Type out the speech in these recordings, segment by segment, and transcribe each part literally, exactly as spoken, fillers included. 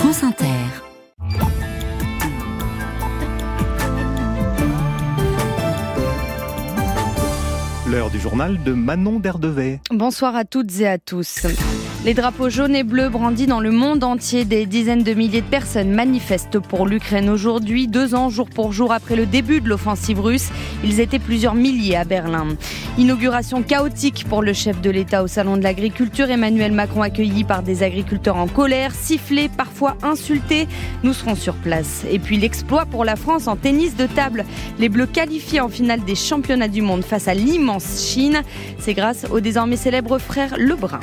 France Inter. L'heure du journal de Manon Derdevet. Bonsoir à toutes et à tous. Les drapeaux jaunes et bleus brandis dans le monde entier, des dizaines de milliers de personnes manifestent pour l'Ukraine aujourd'hui, deux ans jour pour jour après le début de l'offensive russe. Ils étaient plusieurs milliers à Berlin. Inauguration chaotique pour le chef de l'État au salon de l'agriculture. Emmanuel Macron accueilli par des agriculteurs en colère, sifflés, parfois insultés. Nous serons sur place. Et puis l'exploit pour la France en tennis de table. Les Bleus qualifiés en finale des championnats du monde face à l'immense Chine. C'est grâce au désormais célèbre frère Lebrun.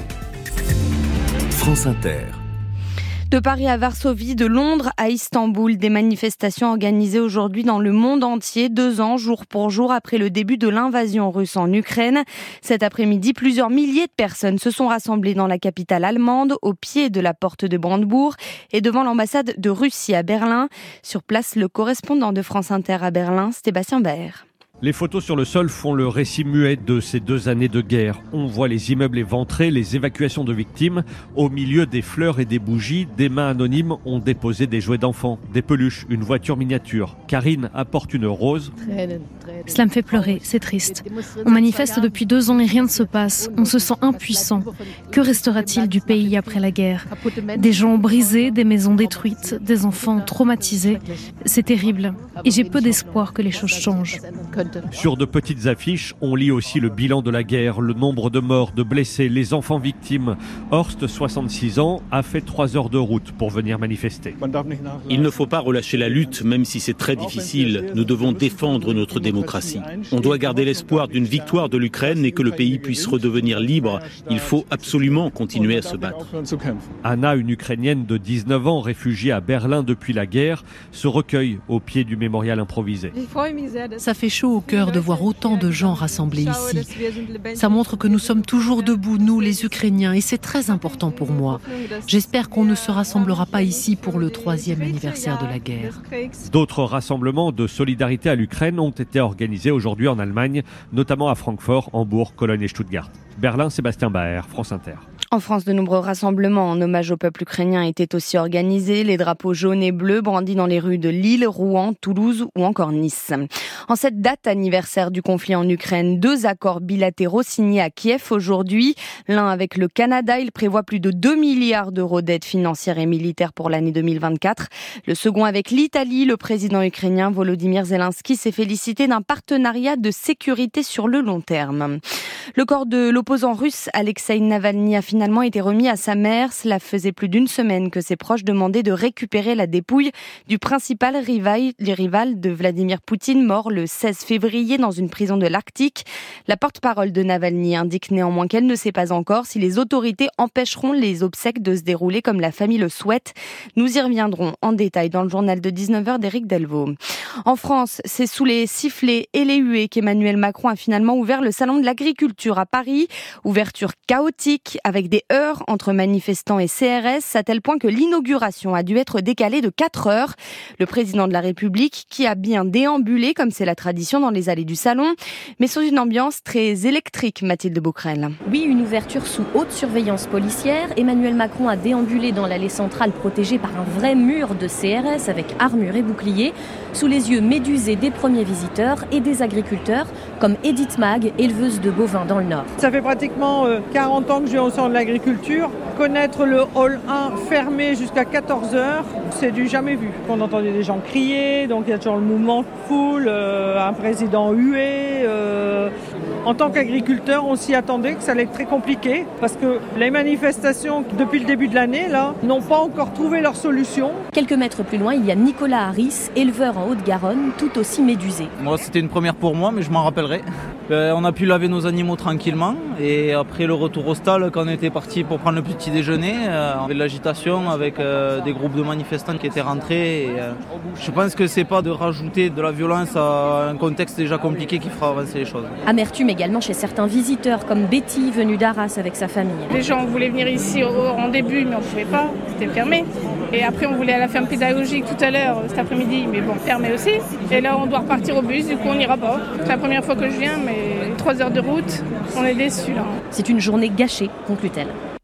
France Inter. De Paris à Varsovie, de Londres à Istanbul, des manifestations organisées aujourd'hui dans le monde entier, deux ans jour pour jour après le début de l'invasion russe en Ukraine. Cet après-midi, plusieurs milliers de personnes se sont rassemblées dans la capitale allemande, au pied de la porte de Brandebourg et devant l'ambassade de Russie à Berlin. Sur place, le correspondant de France Inter à Berlin, Sébastien Baer. Les photos sur le sol font le récit muet de ces deux années de guerre. On voit les immeubles éventrés, les évacuations de victimes. Au milieu des fleurs et des bougies, des mains anonymes ont déposé des jouets d'enfants, des peluches, une voiture miniature. Karine apporte une rose. Cela me fait pleurer, c'est triste. On manifeste depuis deux ans et rien ne se passe. On se sent impuissant. Que restera-t-il du pays après la guerre ? Des gens brisés, des maisons détruites, des enfants traumatisés. C'est terrible. Et j'ai peu d'espoir que les choses changent. Sur de petites affiches, on lit aussi le bilan de la guerre, le nombre de morts, de blessés, les enfants victimes. Horst, soixante-six ans, a fait trois heures de route pour venir manifester. Il ne faut pas relâcher la lutte, même si c'est très difficile. Nous devons défendre notre démocratie. On doit garder l'espoir d'une victoire de l'Ukraine et que le pays puisse redevenir libre. Il faut absolument continuer à se battre. Anna, une Ukrainienne de dix-neuf ans, réfugiée à Berlin depuis la guerre, se recueille au pied du mémorial improvisé. Ça fait chaud au cœur de voir autant de gens rassemblés ici. Ça montre que nous sommes toujours debout, nous les Ukrainiens, et c'est très important pour moi. J'espère qu'on ne se rassemblera pas ici pour le troisième anniversaire de la guerre. D'autres rassemblements de solidarité à l'Ukraine ont été organisés aujourd'hui en Allemagne, notamment à Francfort, Hambourg, Cologne et Stuttgart. Berlin, Sébastien Baer, France Inter. En France, de nombreux rassemblements en hommage au peuple ukrainien étaient aussi organisés. Les drapeaux jaunes et bleus brandis dans les rues de Lille, Rouen, Toulouse ou encore Nice. En cette date anniversaire du conflit en Ukraine, deux accords bilatéraux signés à Kiev aujourd'hui. L'un avec le Canada, il prévoit plus de deux milliards d'euros d'aide financière et militaire pour l'année deux mille vingt-quatre. Le second avec l'Italie, le président ukrainien Volodymyr Zelensky s'est félicité d'un partenariat de sécurité sur le long terme. Le corps de l'opposant russe Alexeï Navalny a finalement été remis à sa mère. Cela faisait plus d'une semaine que ses proches demandaient de récupérer la dépouille du principal rival, rival de Vladimir Poutine, mort le seize février dans une prison de l'Arctique. La porte-parole de Navalny indique néanmoins qu'elle ne sait pas encore si les autorités empêcheront les obsèques de se dérouler comme la famille le souhaite. Nous y reviendrons en détail dans le journal de dix-neuf heures d'Éric Delvaux. En France, c'est sous les sifflets et les huées qu'Emmanuel Macron a finalement ouvert le salon de l'agriculture à Paris. Ouverture chaotique avec des heurts entre manifestants et C R S, à tel point que l'inauguration a dû être décalée de quatre heures. Le président de la République qui a bien déambulé, comme c'est la tradition dans les allées du salon, mais sous une ambiance très électrique, Mathilde Beaucrel. Oui, une ouverture sous haute surveillance policière. Emmanuel Macron a déambulé dans l'allée centrale protégée par un vrai mur de C R S avec armure et bouclier, sous les yeux médusés des premiers visiteurs et des agriculteurs, comme Edith Mag, éleveuse de bovins dans le Nord. Ça fait pratiquement quarante ans que je viens au centre de l'agriculture. Connaître le hall un fermé jusqu'à quatorze heures, c'est du jamais vu. On entendait des gens crier, donc il y a toujours le mouvement de foule, euh, un président hué. Euh... En tant qu'agriculteur, on s'y attendait que ça allait être très compliqué parce que les manifestations, depuis le début de l'année, là, n'ont pas encore trouvé leur solution. Quelques mètres plus loin, il y a Nicolas Harris, éleveur en Haute-Garonne, tout aussi médusé. Moi, c'était une première pour moi, mais je m'en rappellerai. Euh, on a pu laver nos animaux tranquillement et après le retour au stade, quand on était parti pour prendre le petit déjeuner, euh, on avait de l'agitation avec euh, des groupes de manifestants qui étaient rentrés. Et, euh, je pense que c'est pas de rajouter de la violence à un contexte déjà compliqué qui fera avancer les choses. Amertume également chez certains visiteurs comme Betty venue d'Arras avec sa famille. Les gens voulaient venir ici au, en début mais on ne pouvait pas, c'était fermé. Et après on voulait à la ferme pédagogique tout à l'heure cet après-midi, mais bon, fermé aussi. Et là on doit repartir au bus, du coup on n'ira pas. C'est la première fois que je viens, mais trois heures de route, on est déçus là. C'est une journée gâchée, conclut-elle.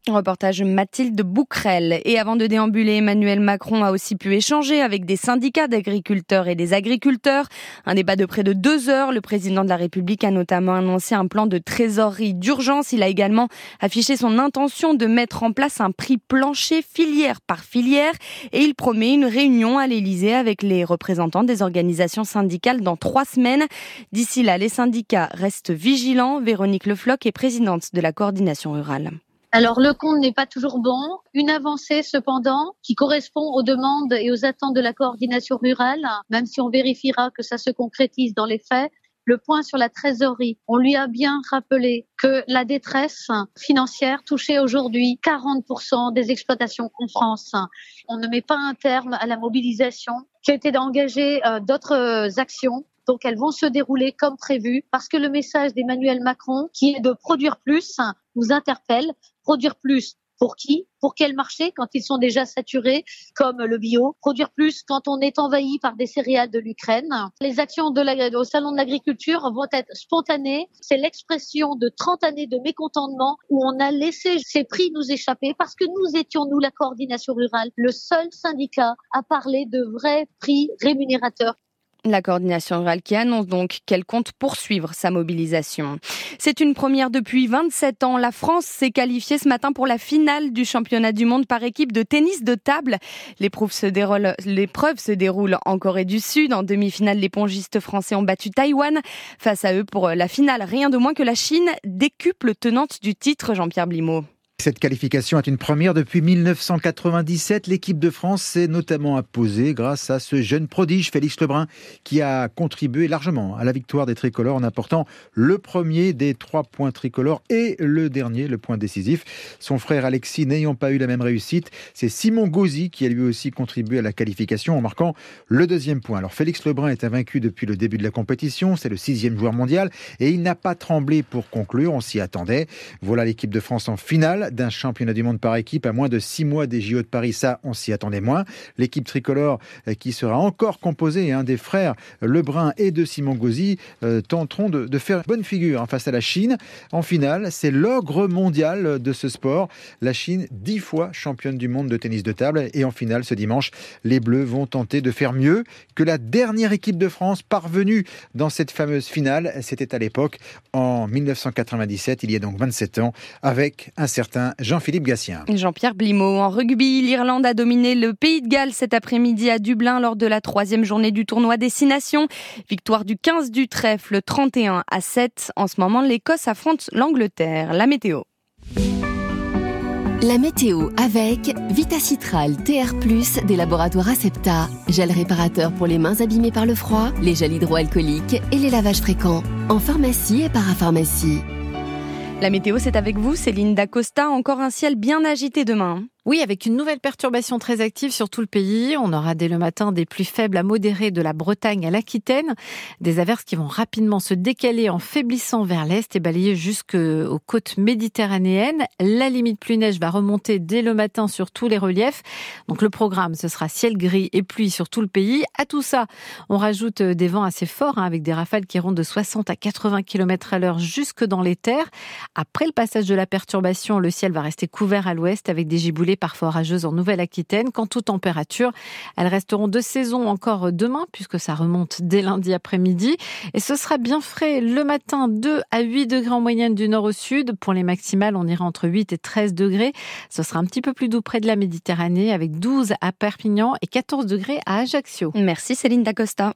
Reportage Mathilde Bouquerel. Et avant de déambuler, Emmanuel Macron a aussi pu échanger avec des syndicats d'agriculteurs et des agriculteurs. Un débat de près de deux heures. Le président de la République a notamment annoncé un plan de trésorerie d'urgence. Il a également affiché son intention de mettre en place un prix plancher filière par filière. Et il promet une réunion à l'Élysée avec les représentants des organisations syndicales dans trois semaines. D'ici là, les syndicats restent vigilants. Véronique Le Floch est présidente de la coordination rurale. Alors le compte n'est pas toujours bon. Une avancée cependant qui correspond aux demandes et aux attentes de la coordination rurale, même si on vérifiera que ça se concrétise dans les faits. Le point sur la trésorerie, on lui a bien rappelé que la détresse financière touchait aujourd'hui quarante pour cent des exploitations en France. On ne met pas un terme à la mobilisation qui a été d'engager euh, d'autres actions. Donc elles vont se dérouler comme prévu parce que le message d'Emmanuel Macron, qui est de produire plus, nous interpelle. Produire plus pour qui ? Pour quel marché quand ils sont déjà saturés comme le bio ? Produire plus quand on est envahi par des céréales de l'Ukraine. Les actions de la, au Salon de l'Agriculture vont être spontanées. C'est l'expression de trente années de mécontentement où on a laissé ces prix nous échapper parce que nous étions, nous, la coordination rurale, le seul syndicat à parler de vrais prix rémunérateurs. La coordination rurale qui annonce donc qu'elle compte poursuivre sa mobilisation. C'est une première depuis vingt-sept ans. La France s'est qualifiée ce matin pour la finale du championnat du monde par équipe de tennis de table. L'épreuve se déroule, l'épreuve se déroule en Corée du Sud. En demi-finale, les pongistes français ont battu Taïwan. Face à eux, pour la finale, rien de moins que la Chine, décuple tenante du titre, Jean-Pierre Blimaud. Cette qualification est une première depuis mille neuf cent quatre-vingt-dix-sept. L'équipe de France s'est notamment imposée grâce à ce jeune prodige, Félix Lebrun, qui a contribué largement à la victoire des tricolores en apportant le premier des trois points tricolores et le dernier, le point décisif. Son frère Alexis n'ayant pas eu la même réussite, c'est Simon Gauzy qui a lui aussi contribué à la qualification en marquant le deuxième point. Alors Félix Lebrun est invaincu depuis le début de la compétition, c'est le sixième joueur mondial et il n'a pas tremblé pour conclure, on s'y attendait. Voilà l'équipe de France en finale d'un championnat du monde par équipe à moins de six mois des J O de Paris, ça on s'y attendait moins. L'équipe tricolore qui sera encore composée hein, des frères Lebrun et de Simon Gauzy euh, tenteront de, de faire bonne figure hein, face à la Chine. En finale, c'est l'ogre mondial de ce sport. La Chine, dix fois championne du monde de tennis de table. Et en finale, ce dimanche, les Bleus vont tenter de faire mieux que la dernière équipe de France parvenue dans cette fameuse finale. C'était à l'époque, en mille neuf cent quatre-vingt-dix-sept, il y a donc vingt-sept ans, avec un certain Jean-Philippe Gatien. Jean-Pierre Blimaud. En rugby, l'Irlande a dominé le Pays de Galles cet après-midi à Dublin lors de la troisième journée du tournoi Destination. Victoire du quinze du trèfle, trente et un à sept. En ce moment, l'Écosse affronte l'Angleterre. La météo. La météo avec Vitacitral T R plus des laboratoires Acepta. Gel réparateur pour les mains abîmées par le froid, les gels hydroalcooliques et les lavages fréquents. En pharmacie et parapharmacie. La météo, c'est avec vous, Céline Dacosta. Encore un ciel bien agité demain. Oui, avec une nouvelle perturbation très active sur tout le pays. On aura dès le matin des pluies faibles à modérées de la Bretagne à l'Aquitaine. Des averses qui vont rapidement se décaler en faiblissant vers l'est et balayer jusqu'aux côtes méditerranéennes. La limite pluie-neige va remonter dès le matin sur tous les reliefs. Donc le programme, ce sera ciel gris et pluie sur tout le pays. À tout ça, on rajoute des vents assez forts hein, avec des rafales qui iront de soixante à quatre-vingts kilomètres à l'heure jusque dans les terres. Après le passage de la perturbation, le ciel va rester couvert à l'ouest avec des giboulées parfois orageuses en Nouvelle-Aquitaine. Quant aux températures, elles resteront de saison encore demain puisque ça remonte dès lundi après-midi. Et ce sera bien frais le matin, deux à huit degrés en moyenne du nord au sud. Pour les maximales, on ira entre huit et treize degrés. Ce sera un petit peu plus doux près de la Méditerranée avec douze à Perpignan et quatorze degrés à Ajaccio. Merci Céline Dacosta.